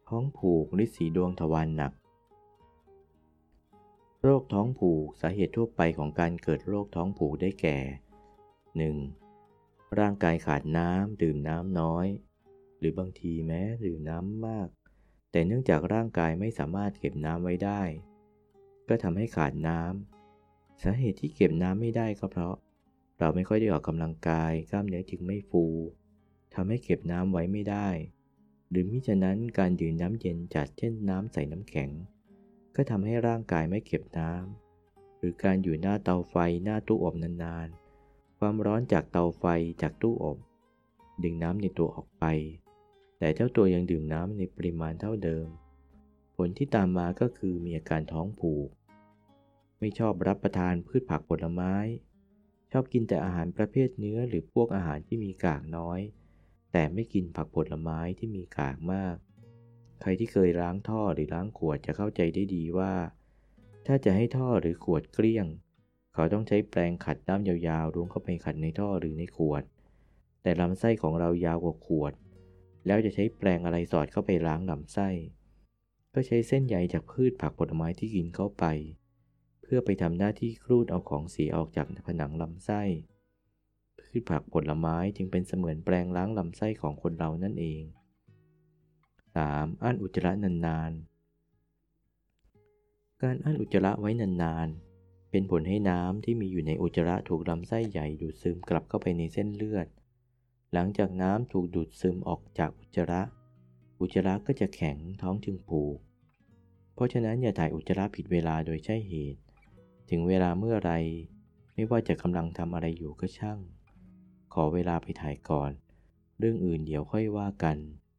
ท้องผูกฤทธิ์สีดวงทวารหนักโรคท้องผูกสาเหตุทั่วไปของการเกิดโรคท้องผูกได้แก่ 1. ร่างกายขาดน้ำดื่มน้ำน้อยหรือบางทีแม้ดื่มน้ำมากแต่เนื่องจากร่างกายไม่สามารถเก็บน้ำไว้ได้ก็ทำให้ขาดน้ำสาเหตุที่เก็บน้ำไม่ได้ก็เพราะเราไม่ค่อยได้ออกกำลังกายกล้ามเนื้อจึงไม่ฟูทำให้เก็บน้ำไว้ไม่ได้หรือมิฉะนั้นการดื่มน้ำเย็นจัดเช่นน้ำใส่น้ำแข็งก็ทำให้ร่างกายไม่เก็บน้ำหรือการอยู่หน้าเตาไฟหน้าตู้อบนานๆความร้อนจากเตาไฟจากตู้อบดึงน้ำในตัวออกไปแต่เจ้าตัวยังดื่มน้ำในปริมาณเท่าเดิมผลที่ตามมาก็คือมีอาการท้องผูกไม่ชอบรับประทานพืชผักผลไม้ชอบกินแต่อาหารประเภทเนื้อหรือพวกอาหารที่มีกากน้อยแต่ไม่กินผักผลไม้ที่มีกากมากใครที่เคยล้างท่อหรือล้างขวดจะเข้าใจได้ดีว่าถ้าจะให้ท่อหรือขวดเกลี้ยงเขาต้องใช้แปรงขัดน้ำยาวๆล้วงเข้าไปขัดในท่อหรือในขวดแต่ลำไส้ของเรายาวกว่าขวดแล้วจะใช้แปรงอะไรสอดเข้าไปล้างลำไส้ก็ใช้เส้นใยจากพืชผักผลไม้ที่กินเข้าไปเพื่อไปทำหน้าที่ครูดเอาของเสียออกจากผนังลำไส้พืชผักผลไม้จึงเป็นเสมือนแปรงล้างลำไส้ของคนเรานั่นเอง 3. อั้นอุจจาระนานๆการอั้นอุจจาระไว้นานๆเป็นผลให้น้ำที่มีอยู่ในอุจจาระถูกลำไส้ใหญ่ดูดซึมกลับเข้าไปในเส้นเลือดหลังจากน้ำถูกดูดซึมออกจากอุจจาระก็จะแข็งท้องจึงผูกเพราะฉะนั้นอย่าถ่ายอุจจาระผิดเวลาโดยใช่เหตุถึงเวลาเมื่อไรไม่ว่าจะกำลังทำอะไรอยู่ก็ช่างขอเวลาไปถ่ายก่อนเรื่องอื่นเดี๋ยวค่อยว่ากัน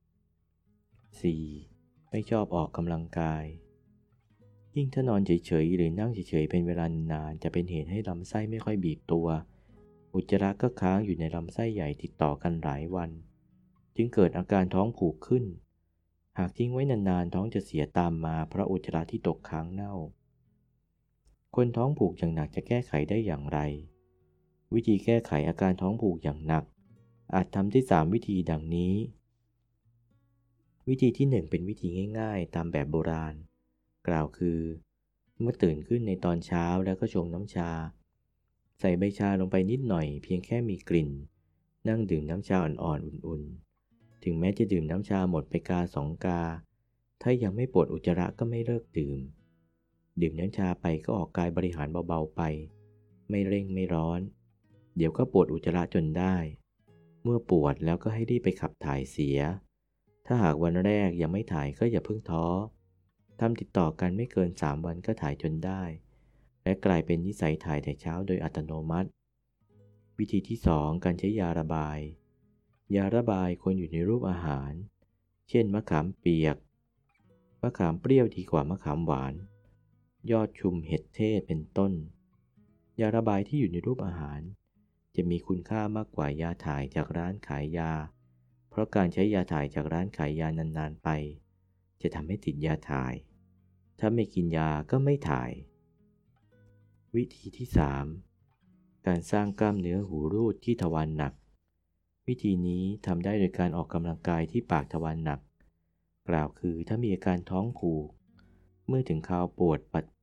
4. ไม่ชอบออกกำลังกายยิ่งถ้านอนเฉยๆหรือนั่งเฉยๆเป็นเวลานานจะเป็นเหตุให้ลำไส้ไม่ค่อยบีบตัวอุจจาระก็ค้างอยู่ในลำไส้ใหญ่ติดต่อกันหลายวันจึงเกิดอาการท้องผูกขึ้นหากทิ้งไว้นานๆท้องจะเสียตามมาเพราะอุจจาระที่ตกค้างเน่าคนท้องผูกอย่างหนักจะแก้ไขได้อย่างไรวิธีแก้ไขอาการท้องผูกอย่างหนักอาจทำได้3วิธีดังนี้วิธีที่1เป็นวิธีง่ายๆตามแบบโบราณกล่าวคือเมื่อตื่นขึ้นในตอนเช้าแล้วก็ชงน้ำชาใส่ใบชาลงไปนิดหน่อยเพียงแค่มีกลิ่นนั่งดื่มน้ำชาอ่อนๆอุ่นๆถึงแม้จะดื่มน้ำชาหมดไปกา2 กาถ้ายังไม่ปวดอุจจาระก็ไม่เลิกดื่มน้ำชาไปก็ออกกายบริหารเบาๆไปไม่เร่งไม่ร้อนเดี๋ยวก็ปวดอุจจาระจนได้เมื่อปวดแล้วก็ให้รีบไปขับถ่ายเสียถ้าหากวันแรกยังไม่ถ่ายก็อย่าเพิ่งท้อทำติดต่อกันไม่เกิน3 วันก็ถ่ายจนได้และกลายเป็นนิสัยถ่ายแต่เช้าโดยอัตโนมัติวิธีที่2การใช้ยาระบายยาระบายควรอยู่ในรูปอาหารเช่นมะขามเปียกมะขามเปรี้ยวดีกว่ามะขามหวานยอดชุมเห็ดเทศเป็นต้นยาระบายที่อยู่ในรูปอาหารจะมีคุณค่ามากกว่ายาถ่ายจากร้านขายยาเพราะการใช้ยาถ่ายจากร้านขายยานานๆไปจะทำให้ติดยาถ่ายถ้าไม่กินยาก็ไม่ถ่ายวิธีที่3การสร้างกล้ามเนื้อหูรูดที่ทวารหนักวิธีนี้ทำได้โดยการออกกำลังกายที่ปากทวารหนักกล่าวคือถ้ามีอาการท้องผูกเมื่อถึงคราวปวด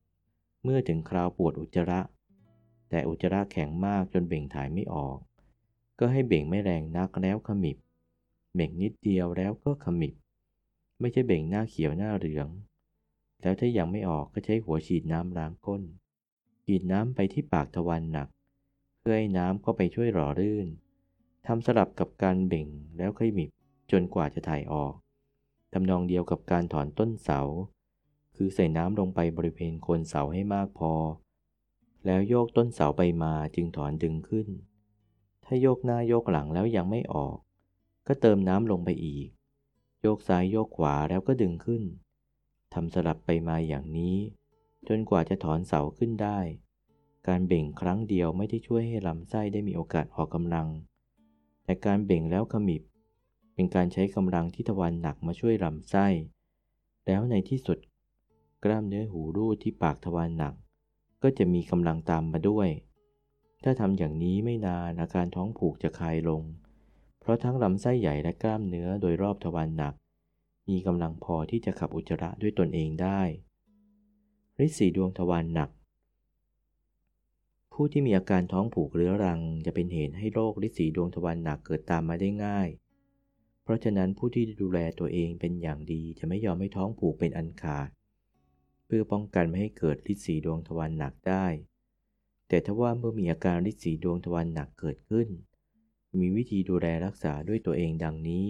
อุจจาระแต่อุจจาระแข็งมากจนเบ่งถ่ายไม่ออกก็ให้เบ่งไม่แรงนักแล้วขมิบเบ่งนิดเดียวแล้วก็ขมิบไม่ใช่เบ่งหน้าเขียวหน้าเหลืองแล้วถ้ายังไม่ออกก็ใช้หัวฉีดน้ำล้างก้นฉีดน้ำไปที่ปากทวารหนักเพื่อให้น้ำเข้าไปช่วยหล่อลื่นทำสลับกับการเบ่งแล้วขมิบจนกว่าจะถ่ายออกทำนองเดียวกับการถอนต้นเสาคือใส่น้ำลงไปบริเวณโคนเสาให้มากพอแล้วโยกต้นเสาไปมาจึงถอนดึงขึ้นถ้าโยกหน้าโยกหลังแล้วยังไม่ออกก็เติมน้ำลงไปอีกโยกซ้ายโยกขวาแล้วก็ดึงขึ้นทำสลับไปมาอย่างนี้จนกว่าจะถอนเสาขึ้นได้การเบ่งครั้งเดียวไม่ได้ช่วยให้ลำไส้ได้มีโอกาสออกกำลังแต่การเบ่งแล้วขมิบเป็นการใช้กำลังที่ทวารหนักมาช่วยลำไส้แล้วในที่สุดกล้ามเนื้อหูรูดที่ปากทวารหนักก็จะมีกำลังตามมาด้วยถ้าทำอย่างนี้ไม่นานอาการท้องผูกจะคลายลงเพราะทั้งลำไส้ใหญ่และกล้ามเนื้อโดยรอบทวารหนักมีกำลังพอที่จะขับอุจจาระด้วยตนเองได้ฤทธิ์สีดวงทวารหนักผู้ที่มีอาการท้องผูกเรื้อรังจะเป็นเหตุให้โรคฤทธิ์สีดวงทวารหนักเกิดตามมาได้ง่ายเพราะฉะนั้นผู้ที่ดูแลตัวเองเป็นอย่างดีจะไม่ยอมให้ท้องผูกเป็นอันขาดเพื่อป้องกันไม่ให้เกิดฤทธิ์สีดวงทวารหนักได้แต่ถ้าว่าเมื่อมีอาการฤทธิ์สีดวงทวารหนักเกิดขึ้นมีวิธีดูแลรักษาด้วยตัวเองดังนี้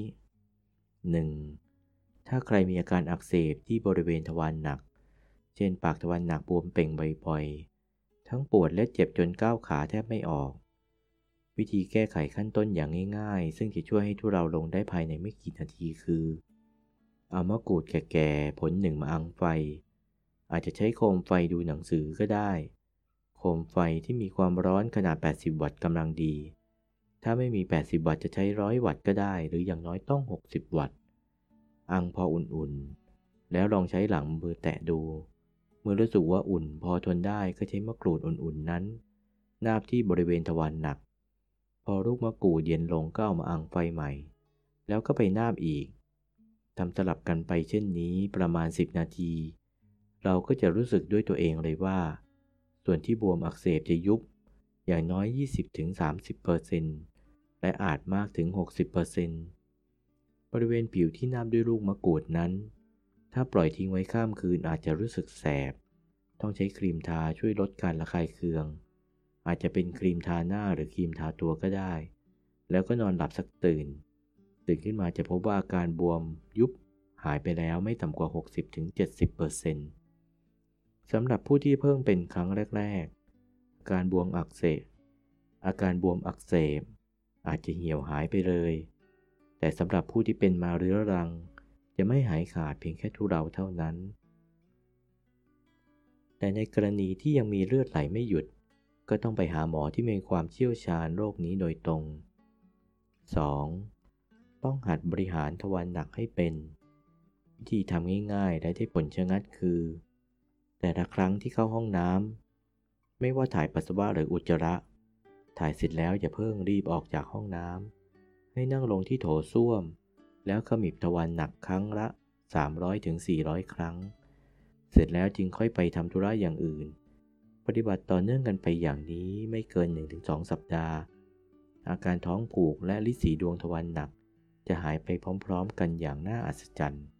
1. ถ้าใครมีอาการอักเสบที่บริเวณทวารหนักเช่นปากทวารหนักบวมเป่งบ่อยๆทั้งปวดและเจ็บจนก้าวขาแทบไม่ออกวิธีแก้ไขขั้นต้นอย่างง่ายๆซึ่งจะช่วยให้ทุเราลงได้ภายในไม่กี่นาทีคือเอามะกรูดแก่ๆผลหนึ่งมาอังไฟอาจจะใช้โคมไฟดูหนังสือก็ได้โคมไฟที่มีความร้อนขนาด80 วัตต์กำลังดีถ้าไม่มี80 วัตต์จะใช้100 วัตต์ก็ได้หรืออย่างน้อยต้อง60 วัตต์อังพออุ่นๆแล้วลองใช้หลังมือแตะดูเมื่อรู้สึกว่าอุ่นพอทนได้ก็ใช้มะกรูดอุ่นๆนั้นนาบที่บริเวณทวารหนักพอลูกมะกรูดเย็นลงก็เอามาอังไฟใหม่แล้วก็ไปนาบอีกทำสลับกันไปเช่นนี้ประมาณ10 นาทีเราก็จะรู้สึกด้วยตัวเองเลยว่าส่วนที่บวมอักเสบจะยุบอย่างน้อย 20-30% และอาจมากถึง 60% บริเวณผิวที่นาบด้วยลูกมะกรูดนั้นถ้าปล่อยทิ้งไว้ข้ามคืนอาจจะรู้สึกแสบต้องใช้ครีมทาช่วยลดการระคายเคืองอาจจะเป็นครีมทาหน้าหรือครีมทาตัวก็ได้แล้วก็นอนหลับสักตื่นขึ้นมาจะพบว่าอาการบวมยุบหายไปแล้วไม่ต่ำกว่า 60-70% สำหรับผู้ที่เพิ่งเป็นครั้งแรกๆอาการบวมอักเสบอาจจะเหี่ยวหายไปเลยแต่สำหรับผู้ที่เป็นมาเรื้อรังจะไม่หายขาดเพียงแค่ทุเลาเท่านั้นแต่ในกรณีที่ยังมีเลือดไหลไม่หยุดก็ต้องไปหาหมอที่มีความเชี่ยวชาญโรคนี้โดยตรง 2. ต้องหัดบริหารทวารหนักให้เป็นวิธีทำง่ายๆและได้ผลชะงัดคือแต่ละครั้งที่เข้าห้องน้ำไม่ว่าถ่ายปัสสาวะหรืออุจจาระถ่ายเสร็จแล้วอย่าเพิ่งรีบออกจากห้องน้ำให้นั่งลงที่โถส้วมแล้วขมิบทวารหนักครั้งละ 300-400 ครั้งเสร็จแล้วจึงค่อยไปทำธุระอย่างอื่นปฏิบัติต่อเนื่องกันไปอย่างนี้ไม่เกิน 1-2 สัปดาห์อาการท้องผูกและฤทธิ์สีดวงทวารหนักจะหายไปพร้อมๆกันอย่างน่าอัศจรรย์